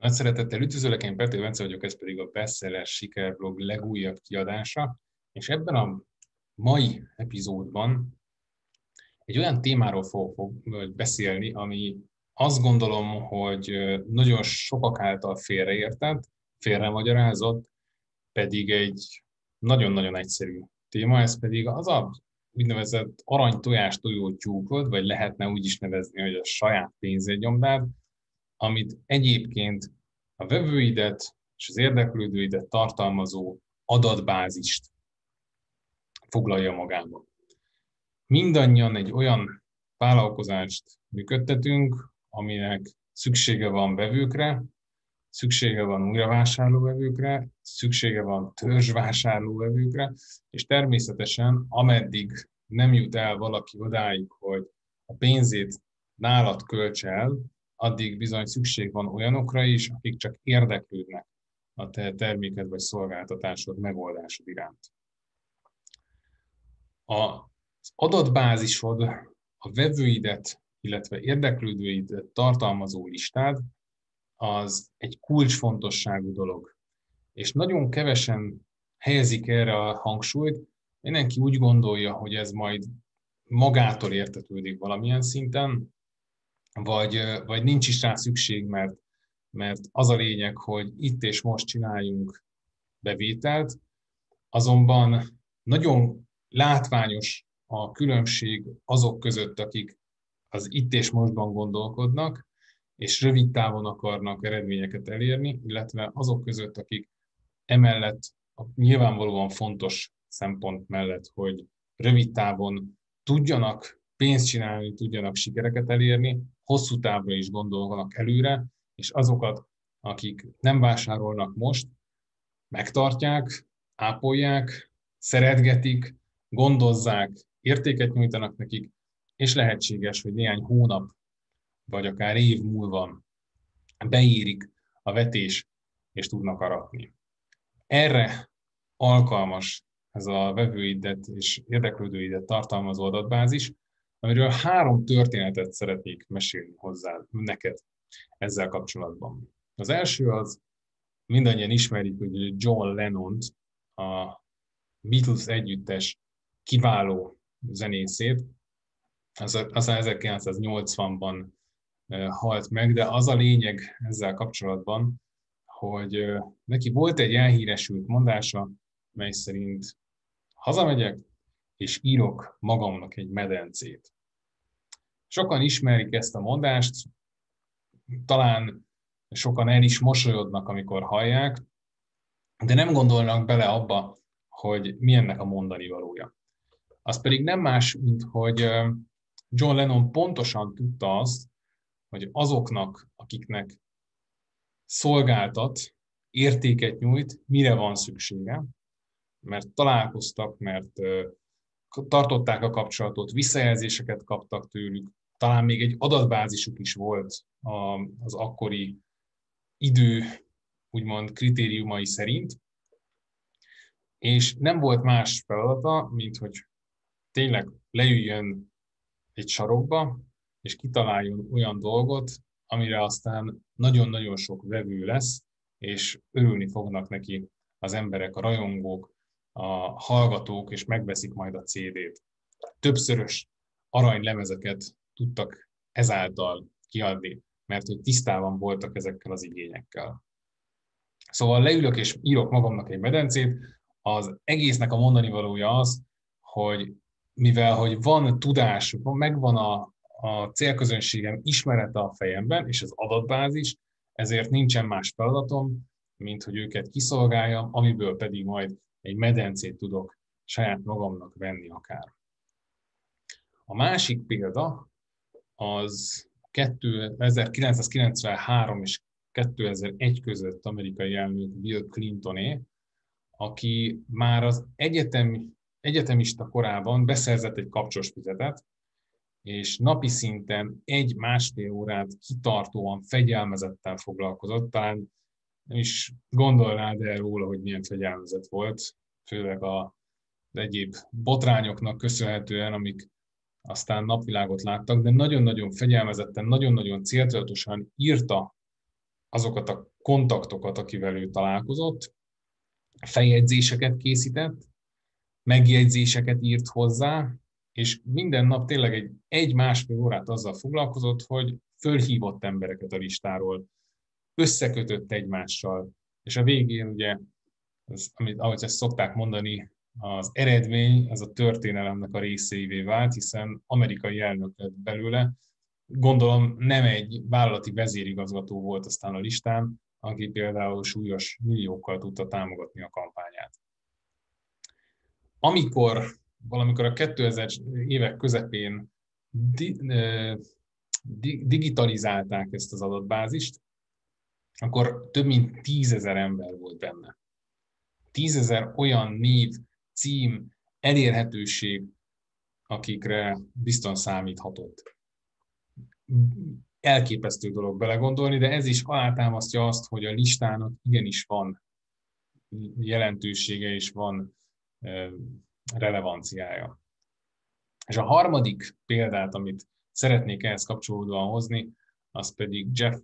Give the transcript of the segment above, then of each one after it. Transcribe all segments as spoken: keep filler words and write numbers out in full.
Nagy szeretettel üdvözöllek, én Pető Bence vagyok, ez pedig a Bestseller Sikerblog legújabb kiadása, és ebben a mai epizódban egy olyan témáról fogok beszélni, ami azt gondolom, hogy nagyon sokak által félreértett, félremagyarázott, pedig egy nagyon-nagyon egyszerű téma, ez pedig az a úgynevezett arany-tojás tojó tyúkod, vagy lehetne úgy is nevezni, hogy a saját pénzegyomdád, amit egyébként a vevőidet és az érdeklődőidet tartalmazó adatbázist foglalja magába. Mindannyian egy olyan vállalkozást működtetünk, aminek szüksége van vevőkre, szüksége van újravásárlóvevőkre, szüksége van törzsvásárlóvevőkre, és természetesen ameddig nem jut el valaki odáig, hogy a pénzét nálad költse el, addig bizony szükség van olyanokra is, akik csak érdeklődnek a te terméked vagy szolgáltatásod megoldásod iránt. Az adatbázisod, a vevőidet, illetve érdeklődőidet tartalmazó listád, az egy kulcsfontosságú dolog. És nagyon kevesen helyezik erre a hangsúlyt, mindenki úgy gondolja, hogy ez majd magától értetődik valamilyen szinten, Vagy, vagy nincs is rá szükség, mert, mert az a lényeg, hogy itt és most csináljunk bevételt, azonban nagyon látványos a különbség azok között, akik az itt és mostban gondolkodnak, és rövid távon akarnak eredményeket elérni, illetve azok között, akik emellett a nyilvánvalóan fontos szempont mellett, hogy rövid távon tudjanak pénzt csinálni, tudjanak sikereket elérni, hosszú távra is gondolnak előre, és azokat, akik nem vásárolnak most, megtartják, ápolják, szeretgetik, gondozzák, értéket nyújtanak nekik, és lehetséges, hogy néhány hónap, vagy akár év múlva beérik a vetés, és tudnak aratni. Erre alkalmas ez a vevőidet és érdeklődőidet tartalmazó adatbázis, amiről három történetet szeretnék mesélni hozzá neked ezzel kapcsolatban. Az első az, mindannyian ismerjük, hogy John Lennont, a Beatles együttes kiváló zenészét, az ezerkilencszáznyolcvanban halt meg, de az a lényeg ezzel kapcsolatban, hogy neki volt egy elhíresült mondása, mely szerint hazamegyek, és írok magamnak egy medencét. Sokan ismerik ezt a mondást, talán sokan el is mosolyodnak, amikor hallják, de nem gondolnak bele abba, hogy mi ennek a mondani valója. Az pedig nem más, mint hogy John Lennon pontosan tudta azt, hogy azoknak, akiknek szolgáltat, értéket nyújt, mire van szüksége, mert találkoztak, mert tartották a kapcsolatot, visszajelzéseket kaptak tőlük, talán még egy adatbázisuk is volt az akkori idő, úgymond kritériumai szerint, és nem volt más feladata, mint hogy tényleg leüljön egy sarokba, és kitaláljon olyan dolgot, amire aztán nagyon-nagyon sok vevő lesz, és örülni fognak neki az emberek, a rajongók, a hallgatók, és megveszik majd a cé dét. Többszörös aranylemezeket tudtak ezáltal kiadni, mert hogy tisztában voltak ezekkel az igényekkel. Szóval leülök és írok magamnak egy medencét, az egésznek a mondani valója az, hogy mivel hogy van tudás, megvan a, a célközönségem ismerete a fejemben, és az adatbázis, ezért nincsen más feladatom, mint hogy őket kiszolgáljam, amiből pedig majd egy medencét tudok saját magamnak venni akár. A másik példa az ezerkilencszázkilencvenhárom és kétezer-egy között amerikai elnök Bill Clintoné, aki már az egyetem, egyetemista korában beszerzett egy kapcsos füzetet, és napi szinten egy-másfél órát kitartóan, fegyelmezetten foglalkozott. Talán nem is gondolnád el róla, hogy milyen fegyelmezett volt, főleg az egyéb botrányoknak köszönhetően, amik aztán napvilágot láttak, de nagyon-nagyon fegyelmezetten, nagyon-nagyon céltudatosan írta azokat a kontaktokat, akivel ő találkozott, feljegyzéseket készített, megjegyzéseket írt hozzá, és minden nap tényleg egy, egy-másfél órát azzal foglalkozott, hogy fölhívott embereket a listáról, összekötött egymással, és a végén ugye, az, amit, ahogy ezt szokták mondani, az eredmény az a történelemnek a részévé vált, hiszen amerikai elnök lett belőle. Gondolom nem egy vállalati vezérigazgató volt aztán a listán, aki például súlyos milliókkal tudta támogatni a kampányát. Amikor valamikor a kétezres évek közepén di, di, digitalizálták ezt az adatbázist, akkor több mint tízezer ember volt benne. Tízezer olyan név, cím, elérhetőség, akikre biztosan számíthatott. Elképesztő dolog belegondolni, de ez is alátámasztja azt, hogy a listának igenis van jelentősége és van relevanciája. És a harmadik példát, amit szeretnék ehhez kapcsolódóan hozni, az pedig Jeff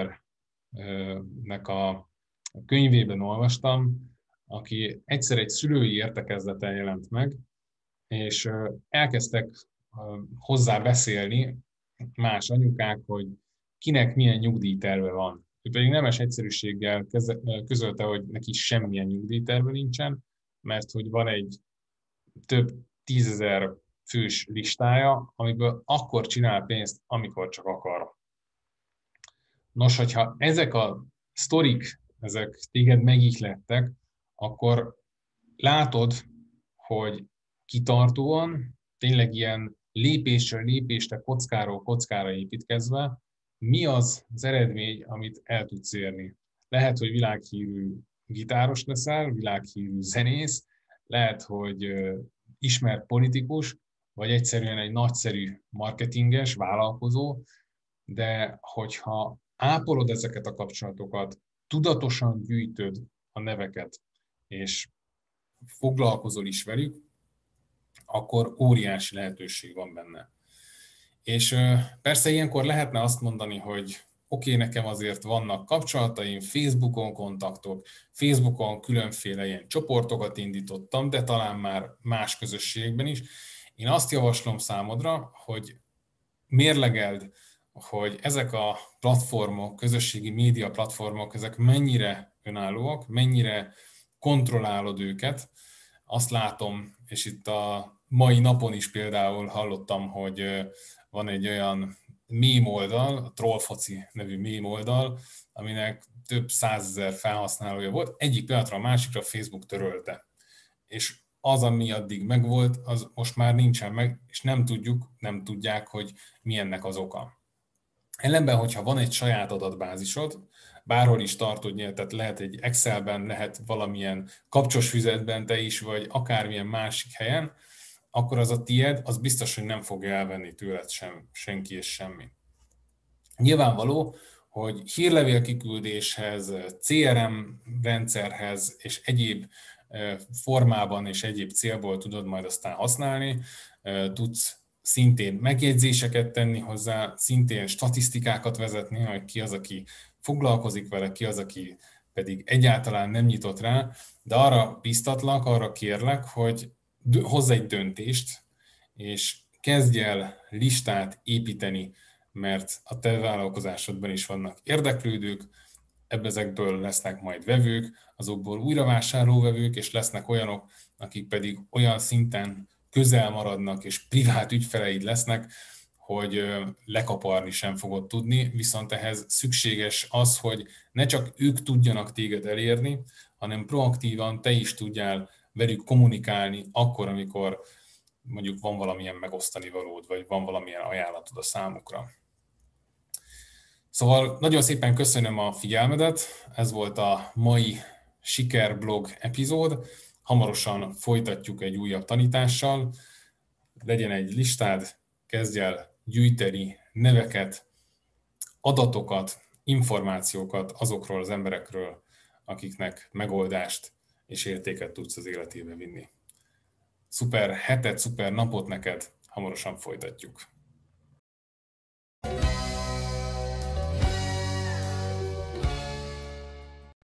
Walkernek a könyvében olvastam, aki egyszer egy szülői értekezleten jelent meg, és elkezdtek hozzá beszélni más anyukák, hogy kinek milyen nyugdíjterve van. Ő pedig nemes egyszerűséggel közölte, hogy neki semmilyen nyugdíjterve nincsen, mert hogy van egy több tízezer fős listája, amiből akkor csinál pénzt, amikor csak akar. Nos, hogyha ezek a sztorik, ezek téged megihlettek, akkor látod, hogy kitartóan, tényleg ilyen lépésről lépésre, kockáról kockára építkezve, mi az az eredmény, amit el tudsz érni. Lehet, hogy világhírű gitáros leszel, világhírű zenész, lehet, hogy ismert politikus, vagy egyszerűen egy nagyszerű marketinges, vállalkozó, de hogyha ápolod ezeket a kapcsolatokat, tudatosan gyűjtöd a neveket, és foglalkozol is velük, akkor óriási lehetőség van benne. És persze ilyenkor lehetne azt mondani, hogy oké, okay, nekem azért vannak kapcsolataim, Facebookon kontaktok, Facebookon különféle ilyen csoportokat indítottam, de talán már más közösségben is. Én azt javaslom számodra, hogy mérlegeld, hogy ezek a platformok, közösségi média platformok, ezek mennyire önállóak, mennyire kontrollálod őket. Azt látom, és itt a mai napon is például hallottam, hogy van egy olyan meme oldal, a Trollfoci nevű meme oldal, aminek több százezer felhasználója volt, egyik pillanatra a másikra Facebook törölte. És az, ami addig megvolt, az most már nincsen meg, és nem tudjuk, nem tudják, hogy mi ennek az oka. Ellenben, hogyha van egy saját adatbázisod, bárhol is tartod, tehát lehet egy Excelben, lehet valamilyen kapcsos füzetben te is, vagy akármilyen másik helyen, akkor az a tied, az biztos, hogy nem fogja elvenni tőled sem, senki és semmi. Nyilvánvaló, hogy hírlevél kiküldéshez, cé er em rendszerhez és egyéb formában és egyéb célból tudod majd aztán használni, tudsz szintén megjegyzéseket tenni hozzá, szintén statisztikákat vezetni, hogy ki az, aki foglalkozik vele, ki az, aki pedig egyáltalán nem nyitott rá, de arra biztatlak, arra kérlek, hogy hozz egy döntést, és kezdj el listát építeni, mert a te vállalkozásodban is vannak érdeklődők, ezekből lesznek majd vevők, azokból újravásárlóvevők, és lesznek olyanok, akik pedig olyan szinten közel maradnak, és privát ügyfeleid lesznek, hogy lekaparni sem fogod tudni, viszont ehhez szükséges az, hogy ne csak ők tudjanak téged elérni, hanem proaktívan te is tudjál velük kommunikálni akkor, amikor mondjuk van valamilyen megosztani valód, vagy van valamilyen ajánlatod a számukra. Szóval nagyon szépen köszönöm a figyelmedet, ez volt a mai Sikerblog epizód, hamarosan folytatjuk egy újabb tanítással, legyen egy listád, kezdj el gyűjteni neveket, adatokat, információkat azokról az emberekről, akiknek megoldást és értéket tudsz az életébe vinni. Szuper hetet, szuper napot neked, hamarosan folytatjuk.